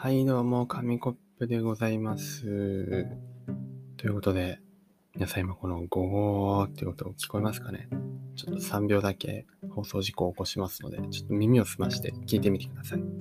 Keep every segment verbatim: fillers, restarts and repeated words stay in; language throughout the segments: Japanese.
はい、どうも、紙コップでございます。ということで、皆さん今このゴゴーって音聞こえますかね？ちょっとさんびょうだけ放送事故を起こしますので、ちょっと耳を澄まして聞いてみてください。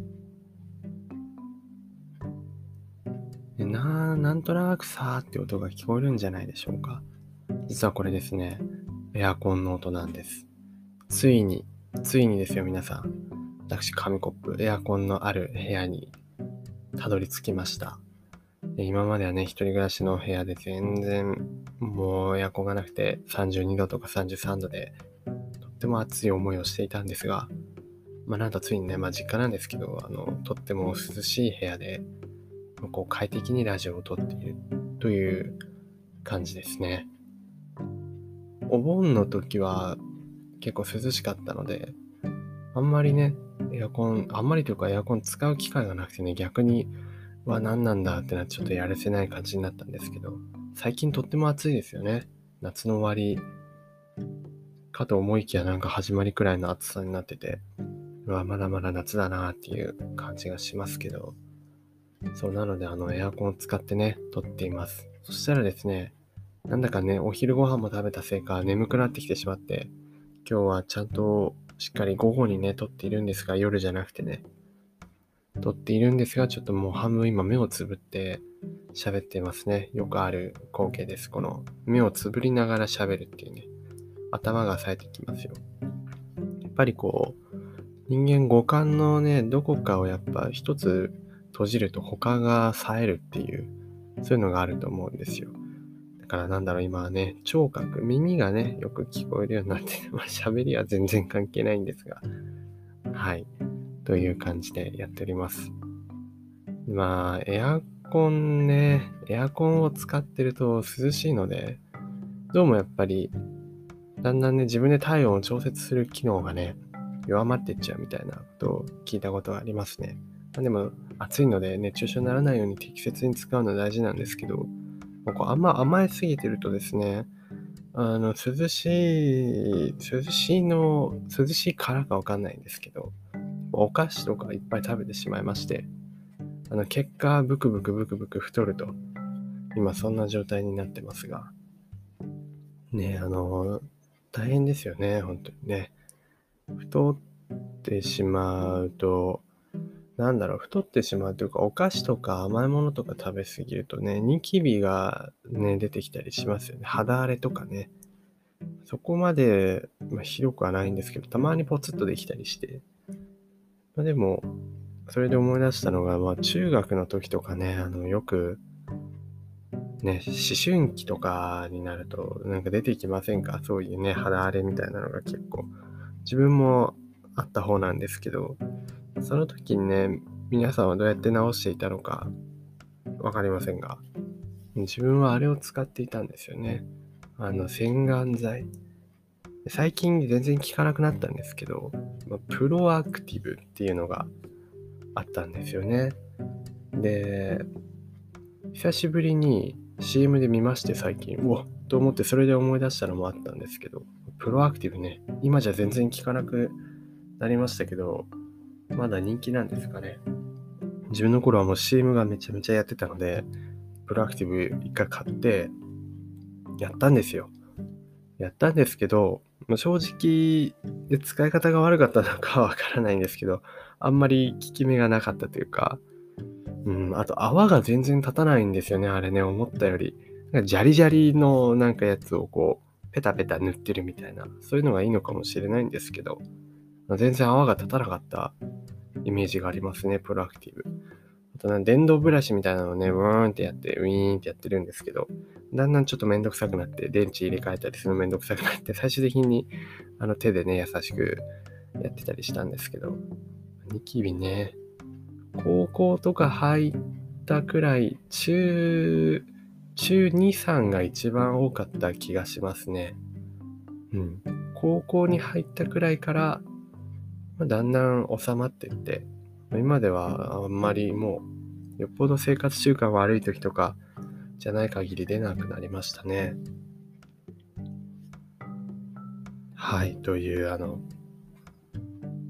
でななんとなくさーって音が聞こえるんじゃないでしょうか。実はこれですね、エアコンの音なんです。ついに、ついにですよ皆さん。私、紙コップ、エアコンのある部屋にたどり着きました。で今まではね、一人暮らしの部屋で全然もうエアコンがなくてさんじゅうにどとかさんじゅうさんどでとっても暑い思いをしていたんですが、まあなんとついにね、まあ実家なんですけど、あの、とっても涼しい部屋で、こう快適にラジオを撮っているという感じですね。お盆の時は結構涼しかったので、あんまりね、エアコン、あんまりというかエアコン使う機会がなくてね、逆に、は何なんだってなってちょっとやれせない感じになったんですけど、最近とっても暑いですよね。夏の終わりかと思いきやなんか始まりくらいの暑さになってて、うわ、まだまだ夏だなっていう感じがしますけど、そうなのであのエアコンを使ってね、撮っています。そしたらですね、なんだかね、お昼ご飯も食べたせいか眠くなってきてしまって、今日はちゃんとしっかり午後にね、撮っているんですが、夜じゃなくてね、撮っているんですが、ちょっともう半分今目をつぶって喋っていますね。よくある光景です。この目をつぶりながら喋るっていうね、頭が冴えてきますよ。やっぱりこう、人間五感のね、どこかをやっぱ一つ閉じると他が冴えるっていう、そういうのがあると思うんですよ。だからなんだろう、今はね、聴覚、耳がね、よく聞こえるようになって、まあ喋りは全然関係ないんですが、はい、という感じでやっております。まあ、エアコンね、エアコンを使ってると涼しいので、どうもやっぱり、だんだんね、自分で体温を調節する機能がね、弱まっていっちゃうみたいなことを聞いたことがありますね。まあ、でも、暑いので熱中症にならないように適切に使うのは大事なんですけど、こうあんま甘えすぎてるとですね、あの、涼しい、涼しいの、涼しいからかわかんないんですけど、お菓子とかいっぱい食べてしまいまして、あの、結果、ブクブクブクブク太ると、今そんな状態になってますが、ね、あの、大変ですよね、本当にね。太ってしまうと、なんだろう、太ってしまうというか、お菓子とか甘いものとか食べ過ぎるとね、ニキビがね、出てきたりしますよね。肌荒れとかね。そこまで、まあ、ひどくはないんですけど、たまにポツッとできたりして。まあ、でも、それで思い出したのが、まあ、中学の時とかね、あの、よく、ね、思春期とかになると、なんか出てきませんか？そういうね、肌荒れみたいなのが結構。自分もあった方なんですけど、その時にね、皆さんはどうやって治していたのかわかりませんが、自分はあれを使っていたんですよね。あの、洗顔剤。最近全然効かなくなったんですけど、プロアクティブっていうのがあったんですよね。で、久しぶりに シーエム で見まして、最近。うわっと思ってそれで思い出したのもあったんですけど、プロアクティブね、今じゃ全然効かなくなりましたけど、まだ人気なんですかね。自分の頃はもう シーエム がめちゃめちゃやってたので、プロアクティブ一回買ってやったんですよ。やったんですけど、正直使い方が悪かったのかはわからないんですけど、あんまり効き目がなかったというか、うん、あと泡が全然立たないんですよね、あれね、思ったより。なんかジャリジャリのなんかやつをこう、ペタペタ塗ってるみたいな、そういうのがいいのかもしれないんですけど、全然泡が立たなかったイメージがありますね、プロアクティブ。あとなん電動ブラシみたいなのをね、ブーンってやって、ウィーンってやってるんですけど、だんだんちょっとめんどくさくなって、電池入れ替えたりするのめんどくさくなって、最終的にあの手でね、優しくやってたりしたんですけど、ニキビね、高校とか入ったくらい、中、中に、さんが一番多かった気がしますね。うん。高校に入ったくらいから、だんだん収まってって、今ではあんまりもう、よっぽど生活習慣悪い時とかじゃない限り出なくなりましたね。はい、というあの、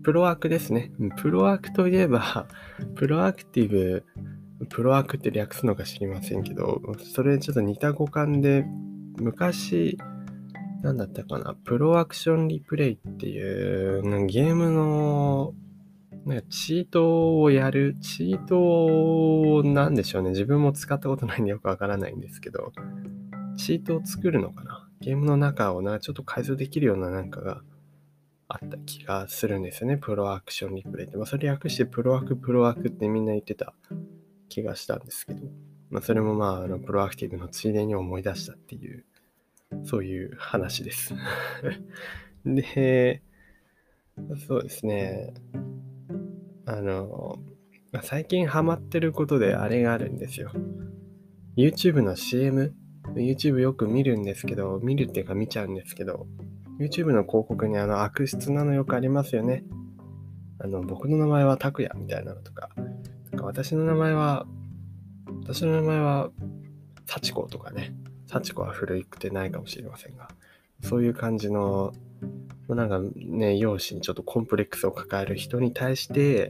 プロアクですね。プロアクといえば、プロアクティブ、プロアクって略すのか知りませんけど、それちょっと似た語感で、昔、なんだったかな、プロアクションリプレイっていうゲームのなんかチートをやる、チートなんでしょうね。自分も使ったことないんでよくわからないんですけど、チートを作るのかな。ゲームの中をなちょっと改造できるようななんかがあった気がするんですよね。プロアクションリプレイって。まあ、それ略してプロアク、プロアクってみんな言ってた気がしたんですけど、まあ、それもまあ、あのプロアクティブのついでに思い出したっていう、そういう話です。で、そうですね。あの、最近ハマってることであれがあるんですよ。YouTube の シーエム、YouTube よく見るんですけど、見るっていうか見ちゃうんですけど、YouTube の広告にあの悪質なのよくありますよね。あの、僕の名前は拓也みたいなのとか、とか私の名前は、私の名前は幸子とかね。幸子は古くてないかもしれませんが、そういう感じの、なんかね、容姿にちょっとコンプレックスを抱える人に対して、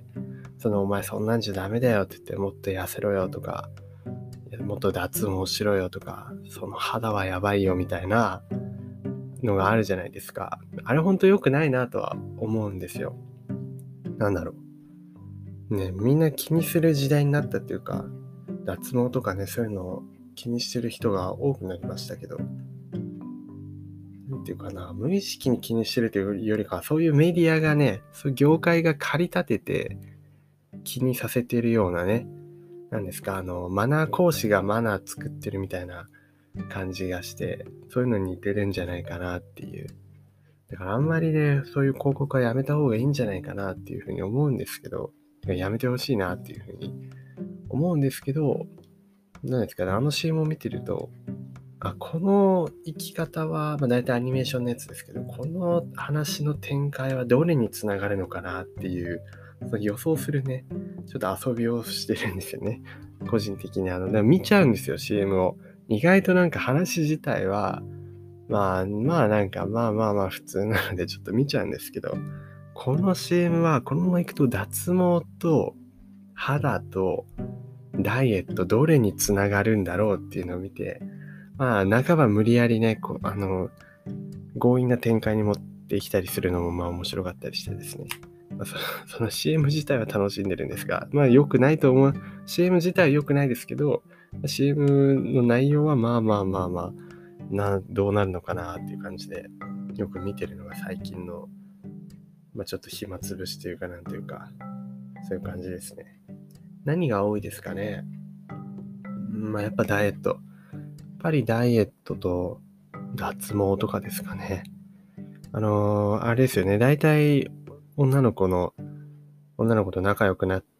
そのお前そんなんじゃダメだよって言って、もっと痩せろよとか、もっと脱毛しろよとか、その肌はやばいよみたいなのがあるじゃないですか。あれほんと良くないなとは思うんですよ。なんだろう。ね、みんな気にする時代になったっていうか、脱毛とかね、そういうのを気にしてる人が多くなりましたけど、なんていうかな、無意識に気にしてるというよりかは、そういうメディアがね、そういう業界が駆り立てて気にさせているようなね、なんですか、あの、マナー講師がマナー作ってるみたいな感じがして、そういうのに似てるんじゃないかなっていう。だからあんまりね、そういう広告はやめた方がいいんじゃないかなっていうふうに思うんですけど、やめてほしいなっていうふうに思うんですけど、なんですかね、あの シーエム を見てると、あ、この生き方は、まあ大体アニメーションのやつですけど、この話の展開はどれにつながるのかなっていう、その予想するね、ちょっと遊びをしてるんですよね。個人的にあの、でも見ちゃうんですよ、シーエム を。意外となんか話自体は、まあまあなんかまあまあまあ普通なのでちょっと見ちゃうんですけど、この シーエム はこのままいくと脱毛と肌とダイエットどれにつながるんだろうっていうのを見て、まあ半ば無理やりね、こうあの強引な展開に持ってきたりするのもまあ面白かったりしてですね。まあ、そ, その シーエム 自体は楽しんでるんですが、まあ良くないと思う。シーエム 自体は良くないですけど、シーエム の内容はまあまあまあまあ、などうなるのかなっていう感じで、よく見てるのが最近の、まあちょっと暇つぶしというかなんというか、そういう感じですね。何が多いですかね。まあやっぱダイエット。やっぱりダイエットと脱毛とかですかね。あのー、あれですよね。大体女の子の、女の子と仲良くなって、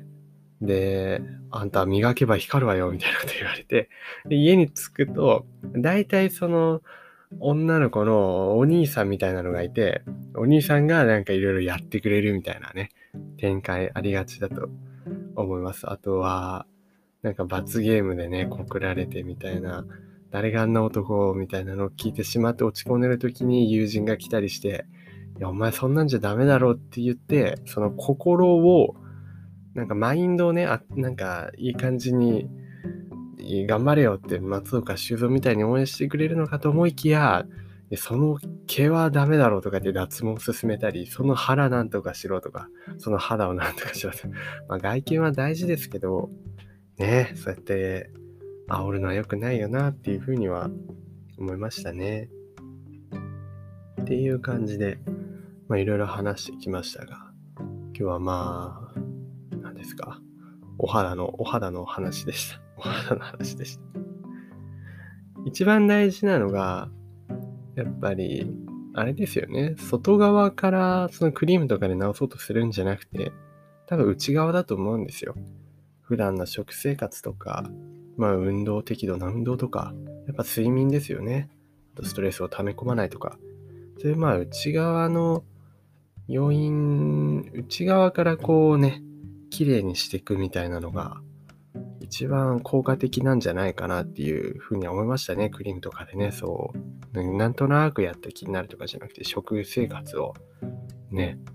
で、あんた磨けば光るわよみたいなこと言われて、で家に着くと、大体その女の子のお兄さんみたいなのがいて、お兄さんがなんかいろいろやってくれるみたいなね、展開ありがちだと思います。あとは、なんか罰ゲームでね、告られてみたいな、誰があんな男みたいなのを聞いてしまって落ち込んでる時に友人が来たりして、いや、お前そんなんじゃダメだろうって言って、その心を、なんかマインドをね、あなんかいい感じに頑張れよって松岡修造みたいに応援してくれるのかと思いきや、その毛はダメだろうとかって脱毛を進めたり、その腹なんとかしろとか、その肌をなんとかしろとか、まあ外見は大事ですけど、ね、そうやって煽るのは良くないよなっていうふうには思いましたね。っていう感じで、まあいろいろ話してきましたが、今日はまあ、何ですか、お肌の、お肌の話でした。お肌の話でした。一番大事なのが、やっぱり、あれですよね。外側からそのクリームとかで直そうとするんじゃなくて、多分内側だと思うんですよ。普段の食生活とか、まあ運動、適度な運動とか、やっぱ睡眠ですよね。あとストレスを溜め込まないとか。そういうまあ内側の要因、内側からこうね、綺麗にしていくみたいなのが、一番効果的なんじゃないかなっていうふうに思いましたね。クリームとかでね、そう。なんとなくやった気になるとかじゃなくて、食生活をね、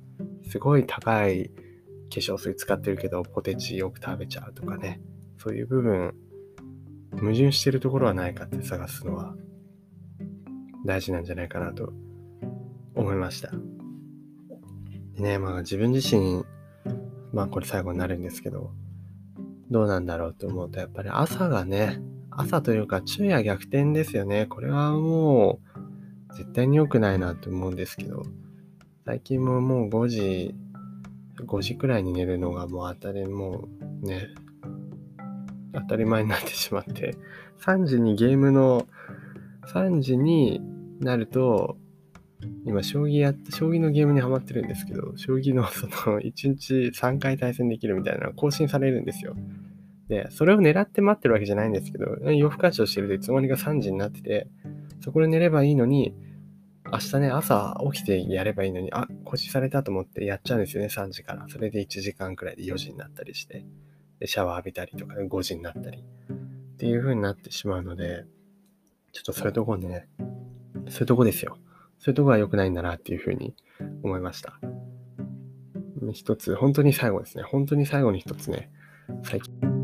すごい高い化粧水使ってるけどポテチよく食べちゃうとかね、そういう部分矛盾してるところはないかって探すのは大事なんじゃないかなと思いました。でね、まあ自分自身、まあこれ最後になるんですけど、どうなんだろうと思うと、やっぱり朝がね、朝というか昼夜逆転ですよね。これはもう絶対に良くないなと思うんですけど、最近ももうごじ、ごじくらいに寝るのがもう当たり、もうね、当たり前になってしまって、さんじにゲームの、さんじになると、今将棋やって将棋のゲームにハマってるんですけど、将棋のそのいちにちさんかい対戦できるみたいなのが更新されるんですよ。で、それを狙って待ってるわけじゃないんですけど、夜更かしをしてるといつの間にかさんじになってて、そこで寝ればいいのに、明日ね、朝起きてやればいいのに、あ、更新されたと思ってやっちゃうんですよね、さんじから。それでいちじかんくらいでよじになったりして、で、シャワー浴びたりとかでごじになったりっていう風になってしまうので、ちょっとそういうとこね、そういうとこですよ。そういうとこが良くないんだなっていう風に思いました。一つ、本当に最後ですね。本当に最後に一つね、最近